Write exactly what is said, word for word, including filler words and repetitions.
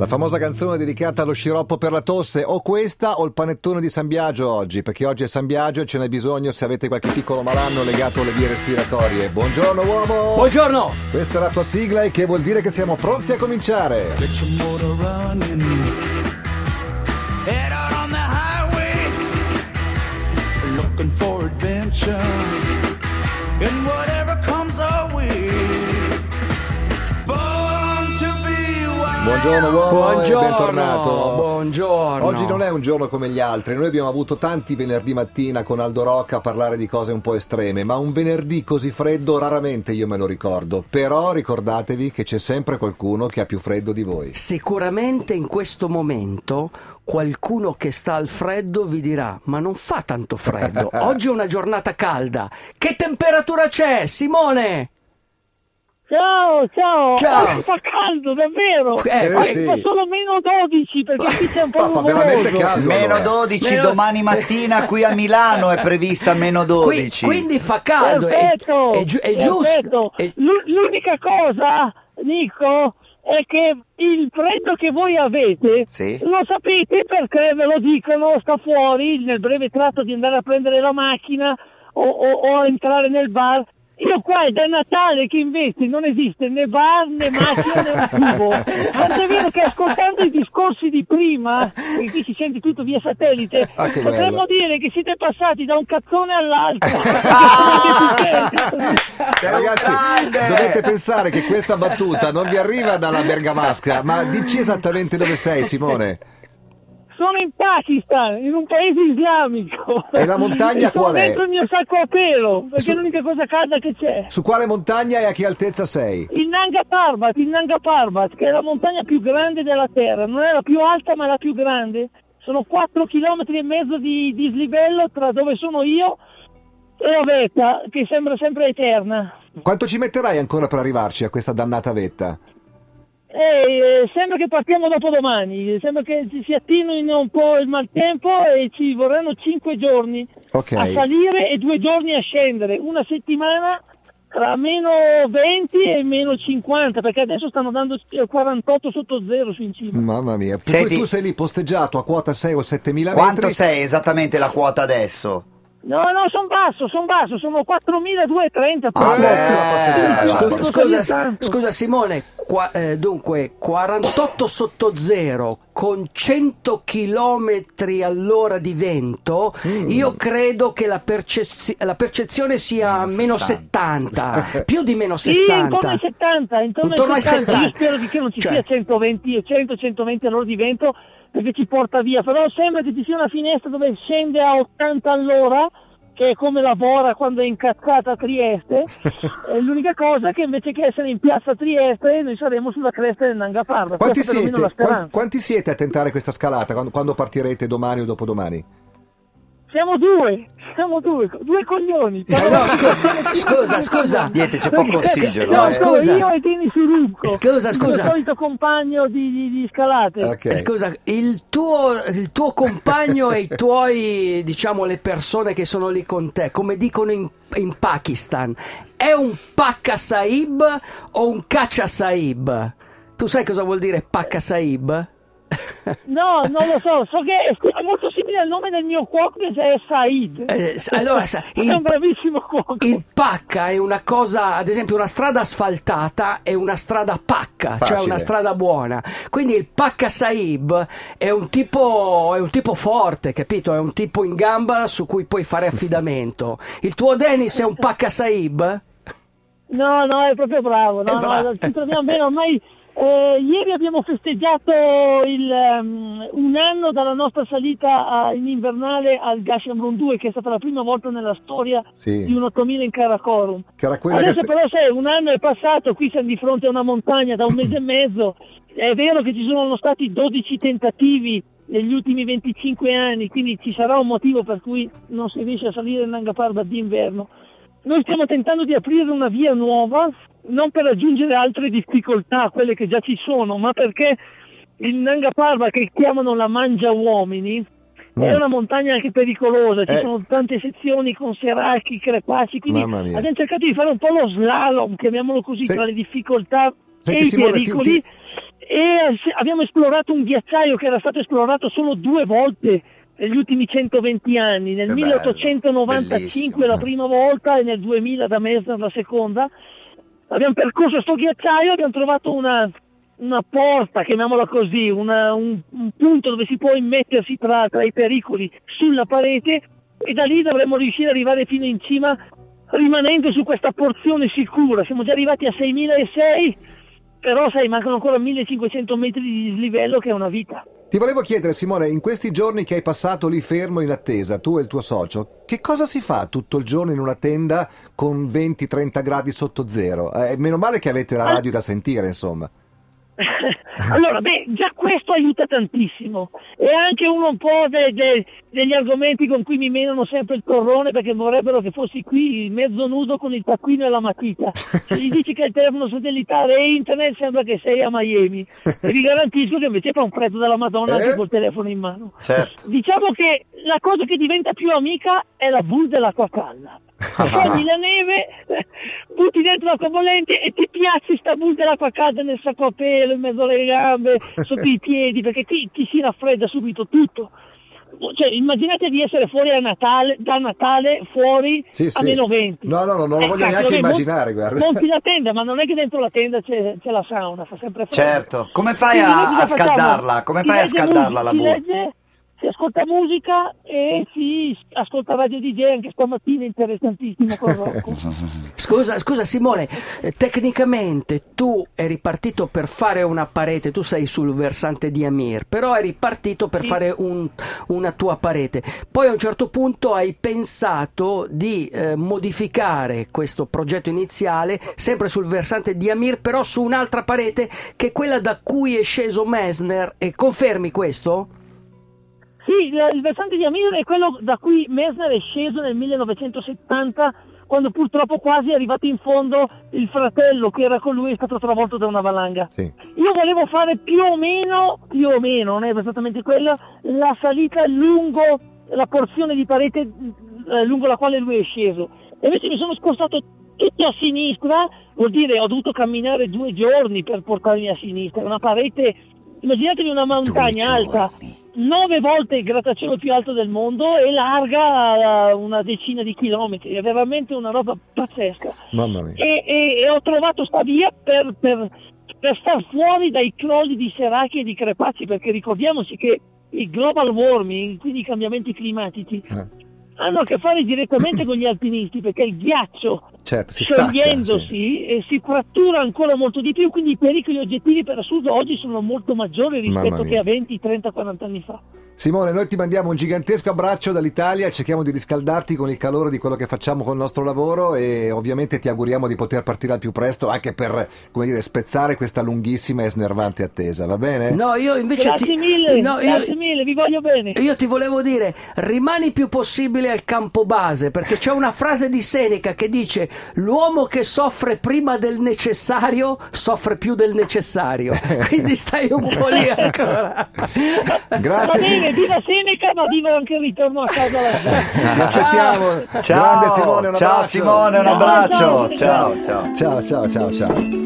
La famosa canzone dedicata allo sciroppo per la tosse, o questa o il panettone di San Biagio oggi, perché oggi è San Biagio e ce n'è bisogno se avete qualche piccolo malanno legato alle vie respiratorie. Buongiorno uomo! Buongiorno! Questa è la tua sigla, e che vuol dire che siamo pronti a cominciare. Get your motor running. Head out on the highway, looking for adventure, and whatever comes our way. Born to be wild. Buongiorno uomo, Buongiorno, e bentornato. buongiorno. Oggi non è un giorno come gli altri. Noi abbiamo avuto tanti venerdì mattina con Aldo Rocca a parlare di cose un po' estreme, ma un venerdì così freddo raramente io me lo ricordo. Però ricordatevi che c'è sempre qualcuno che ha più freddo di voi. Sicuramente in questo momento qualcuno che sta al freddo vi dirà: ma non fa tanto freddo, oggi è una giornata calda. Che temperatura c'è, Simone? Ciao, ciao, Ciao. Oh, fa caldo davvero, Eh, Eh, Ma sì. fa solo meno dodici perché qui c'è un po' Ma fa veramente nuvoloso. caldo. Meno allora. dodici Meno- domani mattina qui a Milano è prevista meno Qui- dodici. quindi fa caldo, è, Perfetto, è giu- è perfetto. giusto. È- L'u- L'unica cosa, Nico, è che il freddo che voi avete Sì. lo sapete perché ve lo dicono, sta fuori nel breve tratto di andare a prendere la macchina o, o, o a entrare nel bar. Io qua è da Natale che invece non esiste né bar né macchina né un tubo. Tanto è vero che ascoltando i discorsi di prima, che qui si sente tutto via satellite, Ah, che potremmo bello. dire che siete passati da un cazzone all'altro. Ragazzi, grande! dovete pensare che questa battuta non vi arriva dalla bergamasca, ma dici esattamente dove sei, Simone. Sono in Pakistan, in un paese islamico. E la montagna E sono qual è? dentro il mio sacco a pelo, perché Su- è l'unica cosa calda che c'è. Su quale montagna e a che altezza sei? Il Nanga Parbat, il Nanga Parbat, che è la montagna più grande della Terra. Non è la più alta, ma la più grande. Sono quattro chilometri e mezzo di dislivello tra dove sono io e la vetta, che sembra sempre eterna. Quanto ci metterai ancora per arrivarci a questa dannata vetta? E eh, sembra che partiamo dopodomani, sembra che ci si attinui un po' il maltempo e ci vorranno cinque giorni Ok. a salire e due giorni a scendere, una settimana tra meno venti e meno cinquanta, perché adesso stanno dando quarantotto sotto zero su in cima. Mamma mia. Per Senti- cui tu sei lì posteggiato a quota sei o settemila Quanto metri. sei esattamente la quota adesso? No, no, sono basso, sono basso, sono quattromiladuecentotrenta. Ah, beh, la passeggiata. Scusa, Non scusa, salire tanto. scusa, Simone, qua- eh, dunque quarantotto sotto zero con cento chilometri all'ora di vento, Mm. io credo che la, percezzi- la percezione sia Meno meno sessanta. settanta, più di meno Sì, intorno sessanta. ai settanta, intorno, Intorno ai ai settanta. Io settanta. spero di che non ci Cioè. sia centoventi e cento centoventi all'ora di vento, perché ci porta via, però sembra che ci sia una finestra dove scende a ottanta all'ora, che è come la Bora quando è incazzata a Trieste. E l'unica cosa è che invece che essere in piazza Trieste noi saremo sulla cresta del Nanga Parbat. Quanti Questa è perlomeno siete? la speranza. Quan- quanti siete a tentare questa scalata quando, quando partirete domani o dopodomani? Siamo due, siamo due, due coglioni. Eh, no, scu- scusa, scusa. Niente, c'è poco ossigeno. No, eh. scusa. Io e Denis Rucco, Scusa, scusa. il solito compagno di, di, di scalate. Ok. Eh, Scusa, il tuo, il tuo compagno e i tuoi, diciamo, le persone che sono lì con te, come dicono in, in Pakistan, è un Pakka Sahib o un Kacha Sahib? Tu sai cosa vuol dire Pakka Sahib? No, non lo so, so che è molto simile al nome del mio cuoco che è Said. Eh, s- allora, sa- È il, un bravissimo cuoco. il Pakka è una cosa, ad esempio una strada asfaltata è una strada pacca, cioè Facile. una strada buona. Quindi il Pakka Sahib è un tipo, è un tipo forte, capito? È un tipo in gamba su cui puoi fare affidamento. Il tuo Dennis è un Pakka Sahib? No, no, è proprio bravo. No, È bravo. no, ci troviamo bene ormai. Eh, ieri abbiamo festeggiato il, um, un anno dalla nostra salita a- in invernale al Gasherbrum due, che è stata la prima volta nella storia Sì. di un ottomila in Karakorum. Che era quella Adesso che... però sai, un anno è passato, qui siamo di fronte a una montagna da un mese e mezzo. È vero che ci sono stati dodici tentativi negli ultimi venticinque anni, quindi ci sarà un motivo per cui non si riesce a salire il Nanga Parbat d'inverno. Noi stiamo tentando di aprire una via nuova, non per aggiungere altre difficoltà a quelle che già ci sono, ma perché il Nanga Parbat, che chiamano la Mangia Uomini, Mm. è una montagna anche pericolosa, ci Eh. sono tante sezioni con seracchi, crepacci, quindi Mamma mia. abbiamo cercato di fare un po' lo slalom, chiamiamolo così, Se- tra le difficoltà Senti, e i Simone, ti- pericoli. ti- e abbiamo esplorato un ghiacciaio che era stato esplorato solo due volte negli ultimi centoventi anni, nel Che bello, milleottocentonovantacinque la bellissimo. prima volta e nel duemila da Messner la seconda. Abbiamo percorso sto ghiacciaio, abbiamo trovato una, una porta, chiamiamola così, una, un, un punto dove si può immettersi tra, tra i pericoli sulla parete, e da lì dovremmo riuscire ad arrivare fino in cima rimanendo su questa porzione sicura. Siamo già arrivati a seimilaseicento, però sai, mancano ancora millecinquecento metri di dislivello, che è una vita. Ti volevo chiedere, Simone, in questi giorni che hai passato lì fermo in attesa, tu e il tuo socio, che cosa si fa tutto il giorno in una tenda con venti trenta gradi sotto zero? Eh, meno male che avete la radio da sentire, insomma. Allora, beh, già questo aiuta tantissimo. È anche uno un po' de, de, degli argomenti con cui mi menano sempre il torrone, perché vorrebbero che fossi qui mezzo nudo con il taccuino e la matita. Se gli dici che il telefono satellitare e internet, sembra che sei a Miami, e vi garantisco che invece fa un freddo della Madonna Eh? anche col telefono in mano. Certo. Diciamo che la cosa che diventa più amica è la boule dell'acqua calda. Prendi la neve, butti dentro l'acqua bollente e ti piazzi sta boule dell'acqua calda nel sacco a pelo, in mezzo alle gambe, sotto i piedi, perché ti, ti si raffredda subito tutto. Cioè, immaginate di essere fuori a Natale, da Natale fuori Sì, a sì. meno venti. No, no, no, non lo Eh, voglio cazzo, neanche vabbè, immaginare, monti- guarda. Monti la tenda, ma non è che dentro la tenda c'è, c'è la sauna, fa sempre freddo. Certo. Come fai Quindi noi a, cosa a facciamo? scaldarla? Come Si fai a legge scaldarla la musica, boule? si legge, si ascolta musica e si ascolta Radio D J, anche stamattina interessantissimo con Rocco. Scusa, scusa Simone, eh, tecnicamente tu eri partito per fare una parete, tu sei sul versante di Amir, però eri partito per Sì. fare un- una tua parete. Poi a un certo punto hai pensato di eh, modificare questo progetto iniziale, sempre sul versante di Amir, però su un'altra parete che è quella da cui è sceso Messner. E confermi questo? Sì, il, il versante di Amir è quello da cui Messner è sceso nel millenovecentosettanta, quando purtroppo quasi è arrivato in fondo il fratello che era con lui, è stato travolto da una valanga. Sì. Io volevo fare più o meno, più o meno, non è esattamente quella, la salita lungo la porzione di parete eh, lungo la quale lui è sceso. E invece mi sono spostato tutto a sinistra, vuol dire ho dovuto camminare due giorni per portarmi a sinistra. Una parete, immaginatevi una montagna Due alta, giorni. nove volte il grattacielo più alto del mondo e larga eh, una decina di chilometri, è veramente una roba pazzesca. Mamma mia. E, e- e ho trovato sta via per, per, per star fuori dai crolli di seracchi e di crepacci, perché ricordiamoci che il global warming, quindi i cambiamenti climatici, Eh. hanno a che fare direttamente con gli alpinisti, perché il ghiaccio, Certo, si stacca, sciogliendosi, sì. e si frattura ancora molto di più, quindi i pericoli oggettivi per assurdo oggi sono molto maggiori Mamma rispetto mia. che a venti, trenta, quaranta anni fa. Simone, noi ti mandiamo un gigantesco abbraccio dall'Italia, cerchiamo di riscaldarti con il calore di quello che facciamo con il nostro lavoro e ovviamente ti auguriamo di poter partire al più presto anche per, come dire, spezzare questa lunghissima e snervante attesa, va bene? No, io invece Grazie ti... mille, no, grazie io... mille, vi voglio bene. Io ti volevo dire, rimani il più possibile al campo base, perché c'è una frase di Seneca che dice: l'uomo che soffre prima del necessario soffre più del necessario. Quindi stai un po' lì ancora. Grazie, Va Simone. bene, viva Seneca, ma viva anche il ritorno a casa alla gente. Ti aspettiamo. Ciao. Grande Simone, un Ciao abbraccio. Simone, un Ciao, abbraccio. ciao. Ciao, ciao. Ciao, ciao, ciao, ciao.